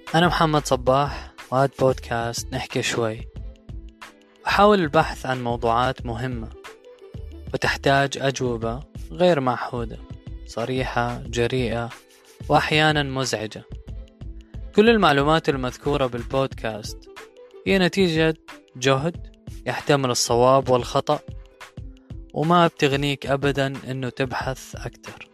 أنا محمد صباح وهذا بودكاست نحكي شوي. أحاول البحث عن موضوعات مهمة وتحتاج أجوبة غير معهودة، صريحة، جريئة، وأحيانا مزعجة. كل المعلومات المذكورة بالبودكاست هي نتيجة جهد يحتمل الصواب والخطأ، وما بتغنيك أبدا أنه تبحث أكتر.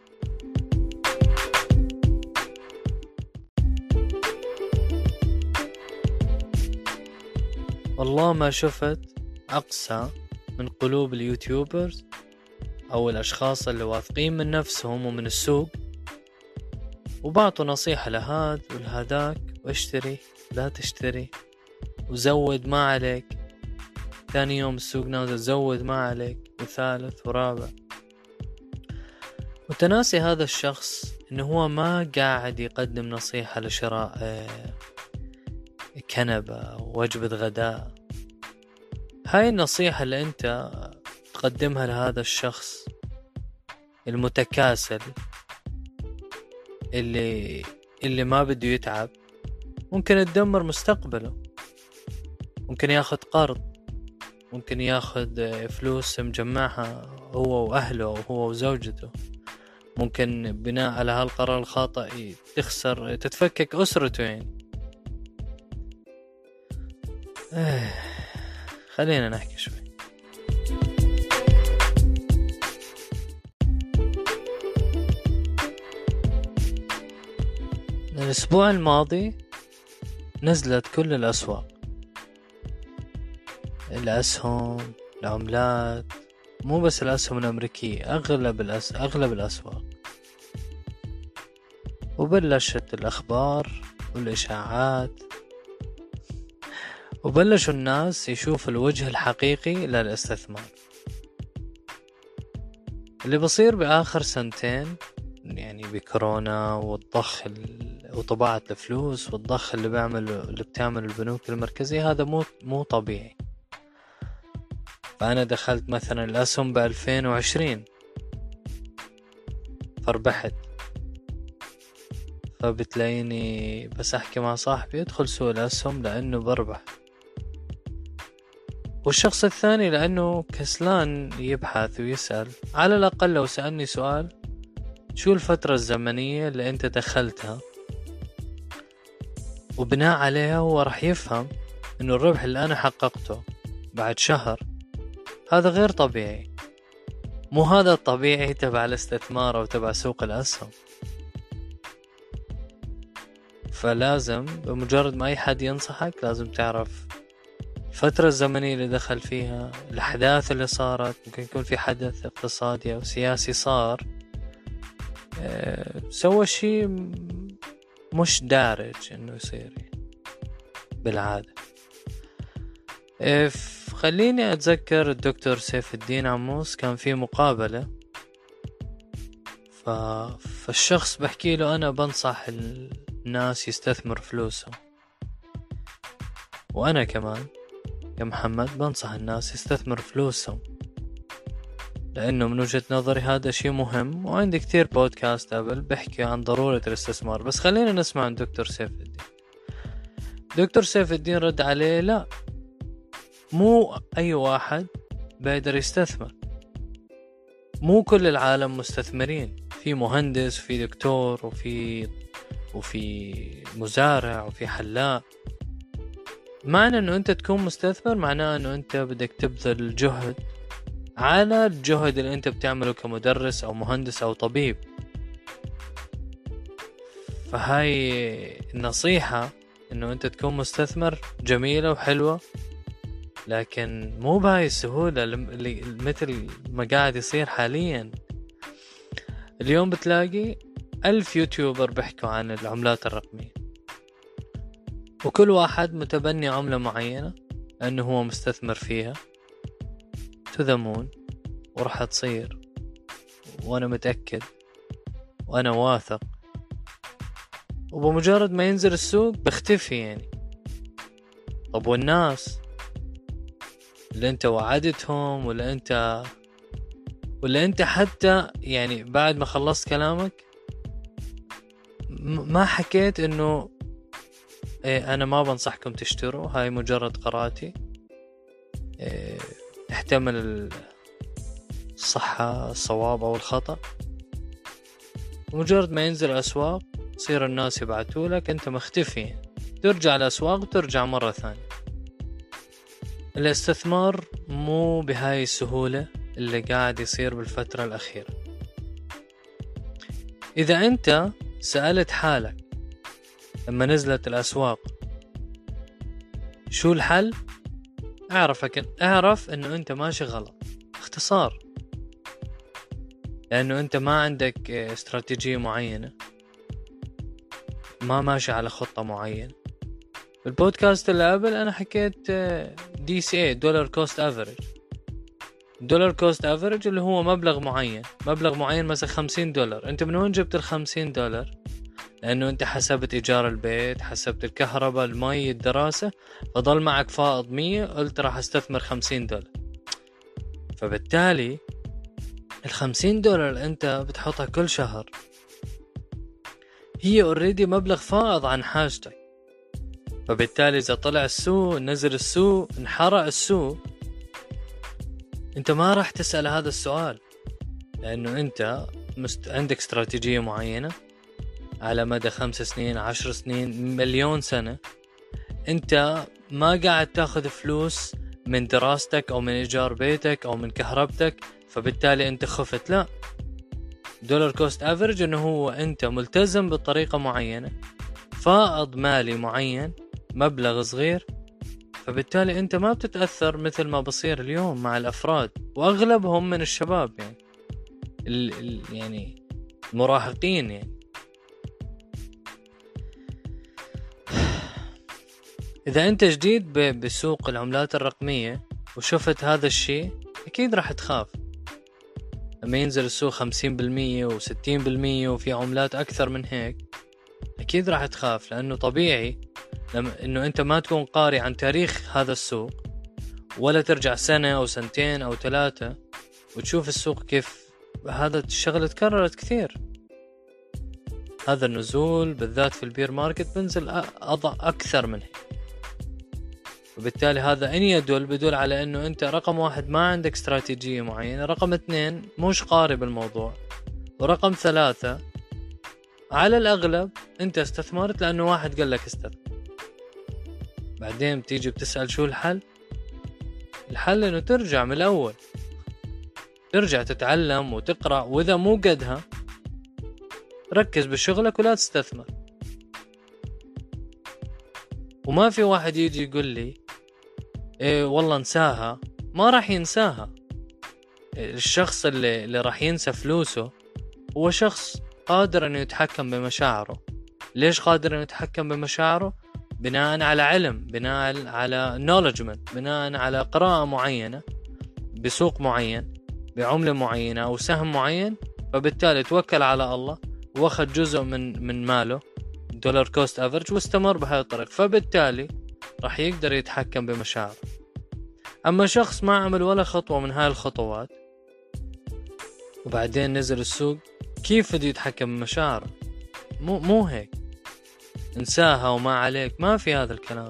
والله ما شفت أقسى من قلوب اليوتيوبرز أو الأشخاص اللي واثقين من نفسهم ومن السوق، وبعطوا نصيحة لهذا ولهذاك، واشتري لا تشتري وزود ما عليك. ثاني يوم السوق نازل زود ما عليك، وثالث ورابع. وتناسي هذا الشخص إنه هو ما قاعد يقدم نصيحة لشراء كنبة أو وجبة غداء. هاي النصيحة اللي أنت تقدمها لهذا الشخص المتكاسل اللي ما بده يتعب، ممكن تدمر مستقبله. ممكن ياخد قرض، ممكن ياخد فلوس مجمعها هو وأهله وهو وزوجته، ممكن بناء على هالقرار الخاطئ تتفكك أسرته. يعني خلينا نحكي شوي. الأسبوع الماضي نزلت كل الأسواق، الأسهم، العملات، مو بس الأسهم الأمريكية، أغلب الأسواق. وبلشت الأخبار والإشاعات، وبلشوا الناس يشوفوا الوجه الحقيقي للاستثمار اللي بصير بآخر سنتين، يعني بكورونا والضخ وطباعة الفلوس والضخ اللي بتعمل البنوك المركزية. هذا مو طبيعي. فأنا دخلت مثلا الأسهم ب2020 فربحت، فبتلاقيني بس أحكي مع صاحبي ادخل سوق الأسهم لأنه بربح، والشخص الثاني لأنه كسلان يبحث ويسأل. على الأقل لو سألني سؤال شو الفترة الزمنية اللي أنت دخلتها، وبناء عليها هو رح يفهم إنه الربح اللي أنا حققته بعد شهر هذا غير طبيعي. مو هذا الطبيعي تبع الاستثمار أو تبع سوق الأسهم. فلازم بمجرد ما أي حد ينصحك لازم تعرف الفترة الزمنية اللي دخل فيها، الأحداث اللي صارت. ممكن يكون في حدث اقتصادي أو سياسي صار، سوى شيء مش دارج إنه يصير بالعادة. خليني أتذكر الدكتور سيف الدين عموس كان في مقابلة، فالشخص بحكي له أنا بنصح الناس يستثمر فلوسهم، وأنا كمان يا محمد بنصح الناس يستثمر فلوسهم، لأنه من وجهة نظري هذا شيء مهم. وعندي كتير بودكاست قبل بحكي عن ضرورة الاستثمار، بس خلينا نسمع عن دكتور سيف الدين. دكتور سيف الدين رد عليه لا، مو أي واحد بيقدر يستثمر، مو كل العالم مستثمرين. في مهندس، في دكتور، وفي مزارع، وفي حلاق. معنى أنه أنت تكون مستثمر معناه أنه أنت بدك تبذل جهد على الجهد اللي أنت بتعمله كمدرس أو مهندس أو طبيب. فهاي النصيحة أنه أنت تكون مستثمر جميلة وحلوة، لكن مو بهاي السهولة اللي مثل ما قاعد يصير حاليا. اليوم بتلاقي 1000 يوتيوبر بيحكوا عن العملات الرقمية، وكل واحد متبني عملة معينة لأنه هو مستثمر فيها تذمون، ورح تصير، وأنا متأكد وأنا واثق. وبمجرد ما ينزل السوق بختفي يعني. طب والناس اللي انت وعدتهم، ولا انت حتى يعني بعد ما خلصت كلامك ما حكيت انه أنا ما بنصحكم تشتروا، هاي مجرد قراتي، تحتمل الصحة الصواب أو الخطأ. مجرد ما ينزل الأسواق يصير الناس يبعتولك، أنت مختفي، ترجع الأسواق وترجع مرة ثانية. الاستثمار مو بهاي السهولة اللي قاعد يصير بالفترة الأخيرة. إذا أنت سألت حالك لما نزلت الأسواق شو الحل، اعرف أنه أنت ماشي غلط، اختصار، لأنه أنت ما عندك استراتيجية معينة، ما ماشي على خطة معينة. بالبودكاست اللي قبل أنا حكيت DCA دولار كوست أفريج. دولار كوست أفريج اللي هو مبلغ معين مثلا $50. أنت من وين جبت $50؟ لأنه أنت حسبت إيجار البيت، حسبت الكهرباء، المي، الدراسة، فضل معك فائض 100، قلت راح استثمر $50. فبالتالي $50 اللي أنت بتحطها كل شهر هي اوريدي مبلغ فائض عن حاجتك. فبالتالي إذا طلع السوق، نزل السوق، انحرق السوق، أنت ما راح تسأل هذا السؤال، لأنه أنت عندك استراتيجية معينة على مدى 5 سنين، 10 سنين، مليون سنة. أنت ما قاعد تاخذ فلوس من دراستك أو من إيجار بيتك أو من كهربتك، فبالتالي أنت خفت. لا، دولار كوست أفريج إنه هو أنت ملتزم بطريقة معينة، فائض مالي معين، مبلغ صغير، فبالتالي أنت ما بتتأثر مثل ما بصير اليوم مع الأفراد، وأغلبهم من الشباب، يعني يعني مراهقين. يعني إذا أنت جديد بسوق العملات الرقمية وشفت هذا الشيء، أكيد راح تخاف لما ينزل السوق 50% و60% وفي عملات أكثر من هيك. أكيد راح تخاف، لأنه طبيعي إنه أنت ما تكون قارئ عن تاريخ هذا السوق، ولا ترجع سنة أو سنتين أو 3 وتشوف السوق كيف هذا الشغل تكررت كثير. هذا النزول بالذات في البير ماركت بنزل أكثر من هيك، وبالتالي هذا بدل على أنه أنت رقم 1 ما عندك استراتيجية معينة، رقم 2 مش قارئ بالموضوع، ورقم 3 على الأغلب أنت استثمرت لأنه واحد قال لك استثمر. بعدين بتيجي بتسأل شو الحل؟ الحل أنه ترجع من الأول، ترجع تتعلم وتقرأ، وإذا مو قدها ركز بشغلك ولا تستثمر. وما في واحد يجي يقول لي إيه والله انساها، ما راح ينساها. الشخص اللي راح ينسى فلوسه هو شخص قادر أنه يتحكم بمشاعره. ليش قادر أنه يتحكم بمشاعره؟ بناء على علم، بناء على knowledge، بناء على قراءة معينة بسوق معين، بعملة معينة أو سهم معين. فبالتالي توكل على الله واخد جزء من ماله دولار كوست أفرج واستمر بهذه الطريقة، فبالتالي راح يقدر يتحكم بمشاعره. أما شخص ما عمل ولا خطوة من هاي الخطوات وبعدين نزل السوق، كيف بده يتحكم بمشاعره؟ مو هيك، انساها وما عليك، ما في هذا الكلام.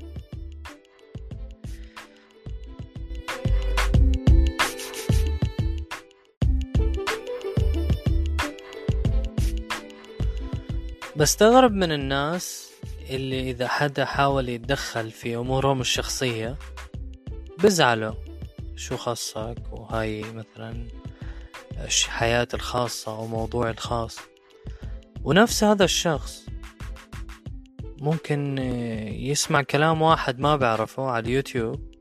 بستغرب من الناس اللي إذا حدا حاول يتدخل في أمورهم الشخصية بزعلوا، شو خاصك وهاي مثلا حياتي الخاصة أو موضوعي الخاص. ونفس هذا الشخص ممكن يسمع كلام واحد ما بعرفه على اليوتيوب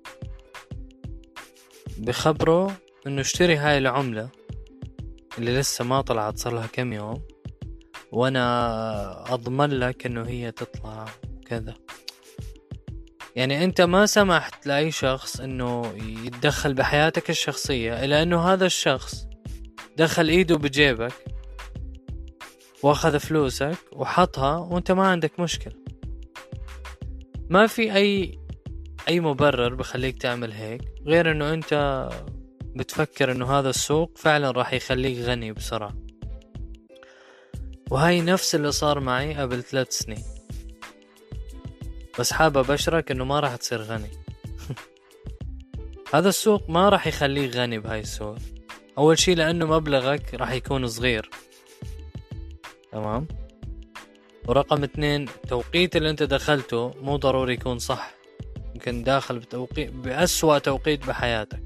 بخبره انه اشتري هاي العملة اللي لسه ما طلعت صار لها كم يوم، وانا اضمن لك انه هي تطلع كذا. يعني انت ما سمحت لاي شخص انه يتدخل بحياتك الشخصية، الا انه هذا الشخص دخل ايده بجيبك واخذ فلوسك وحطها وانت ما عندك مشكلة. ما في اي مبرر بخليك تعمل هيك غير انه انت بتفكر انه هذا السوق فعلا راح يخليك غني بسرعة. وهاي نفس اللي صار معي قبل 3 سنين. بس حابب أبشرك إنه ما راح تصير غني. هذا السوق ما راح يخليك غني بهاي السوق. أول شيء لأنه مبلغك راح يكون صغير، تمام؟ ورقم 2، التوقيت اللي انت دخلته مو ضروري يكون صح، يمكن داخل بأسوأ توقيت بحياتك.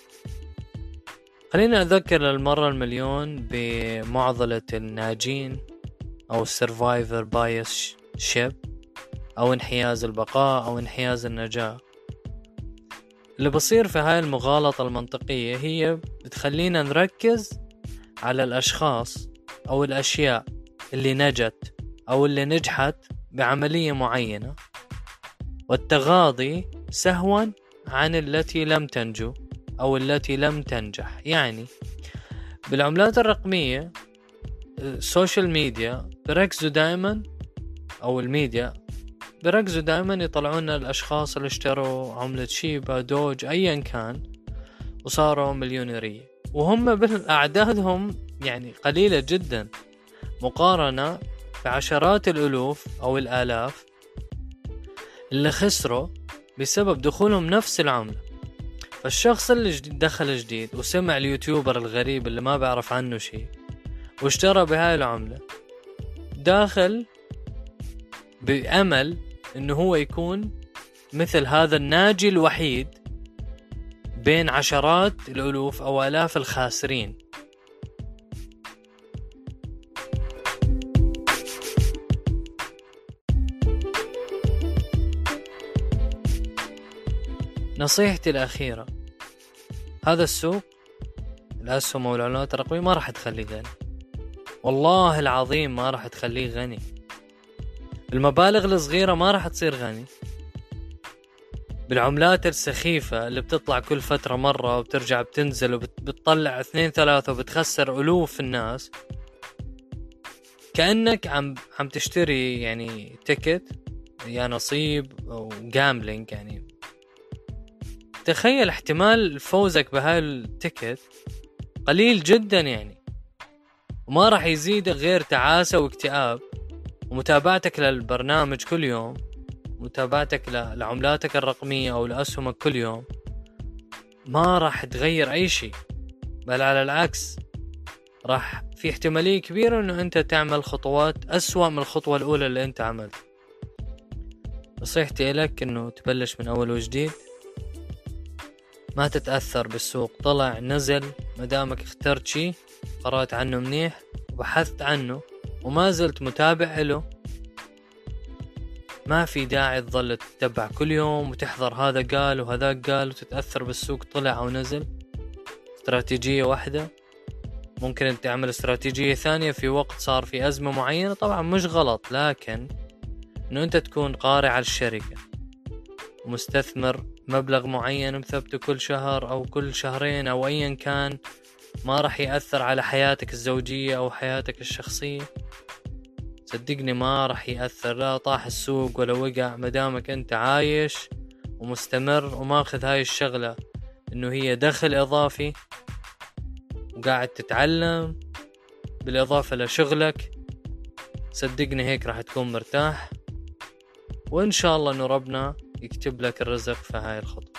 خلينا أذكر للمرة المليون بمعضلة الناجين أو السرفايفر بايس شيب، أو انحياز البقاء أو انحياز النجاة. اللي بصير في هاي المغالطة المنطقية هي بتخلينا نركز على الأشخاص أو الأشياء اللي نجت أو اللي نجحت بعملية معينة، والتغاضي سهوا عن التي لم تنجو أو التي لم تنجح. يعني بالعملات الرقمية السوشيال ميديا بركزوا دائما، أو الميديا بركزوا دائما يطلعون الأشخاص اللي اشتروا عملة شيبا دوج أيا كان وصاروا مليونيرية، وهم بالأعدادهم يعني قليلة جدا مقارنة بعشرات الألوف أو الآلاف اللي خسروا بسبب دخولهم نفس العملة. فالشخص اللي دخل جديد وسمع اليوتيوبر الغريب اللي ما بعرف عنه شيء واشترى بهاي العملة، داخل بأمل إنه هو يكون مثل هذا الناجي الوحيد بين عشرات الألوف أو آلاف الخاسرين. نصيحتي الأخيرة، هذا السوق الأسهم والعملات الرقمية ما راح تخليه غني، والله العظيم ما راح تخليه غني. المبالغ الصغيرة ما راح تصير غني. بالعملات السخيفة اللي بتطلع كل فترة مرة وبترجع بتنزل وبتطلع 2-3 وبتخسر ألوف الناس، كأنك عم تشتري يعني تيكت يا نصيب أو جامبلينج. يعني تخيل احتمال فوزك بهاي التيكت قليل جدا يعني، وما راح يزيدك غير تعاسة واكتئاب، ومتابعتك للبرنامج كل يوم، متابعتك لعملاتك الرقمية أو لأسهمك كل يوم ما راح تغير أي شيء، بل على العكس راح في احتمالية كبيرة أنه أنت تعمل خطوات أسوأ من الخطوة الأولى اللي أنت عملت. نصيحتي لك أنه تبلش من أول وجديد، ما تتأثر بالسوق طلع نزل، مدامك اخترت شيء قرأت عنه منيح وبحثت عنه وما زلت متابع له، ما في داعي تظل تتبع كل يوم وتحضر هذا قال وهذا قال وتتأثر بالسوق طلع أو نزل. استراتيجية واحدة، ممكن انت تعمل استراتيجية ثانية في وقت صار في أزمة معينة، طبعا مش غلط، لكن انه انت تكون قارئ على الشركة ومستثمر مبلغ معين مثبته كل شهر أو كل شهرين أو أيا كان، ما راح يأثر على حياتك الزوجية أو حياتك الشخصية. صدقني ما راح يأثر، لا طاح السوق ولا وقع، مدامك أنت عايش ومستمر وماخذ هاي الشغلة إنه هي دخل إضافي وقاعد تتعلم بالإضافة لشغلك. صدقني هيك راح تكون مرتاح، وإن شاء الله إنه ربنا يكتب لك الرزق في هاي الخطوة.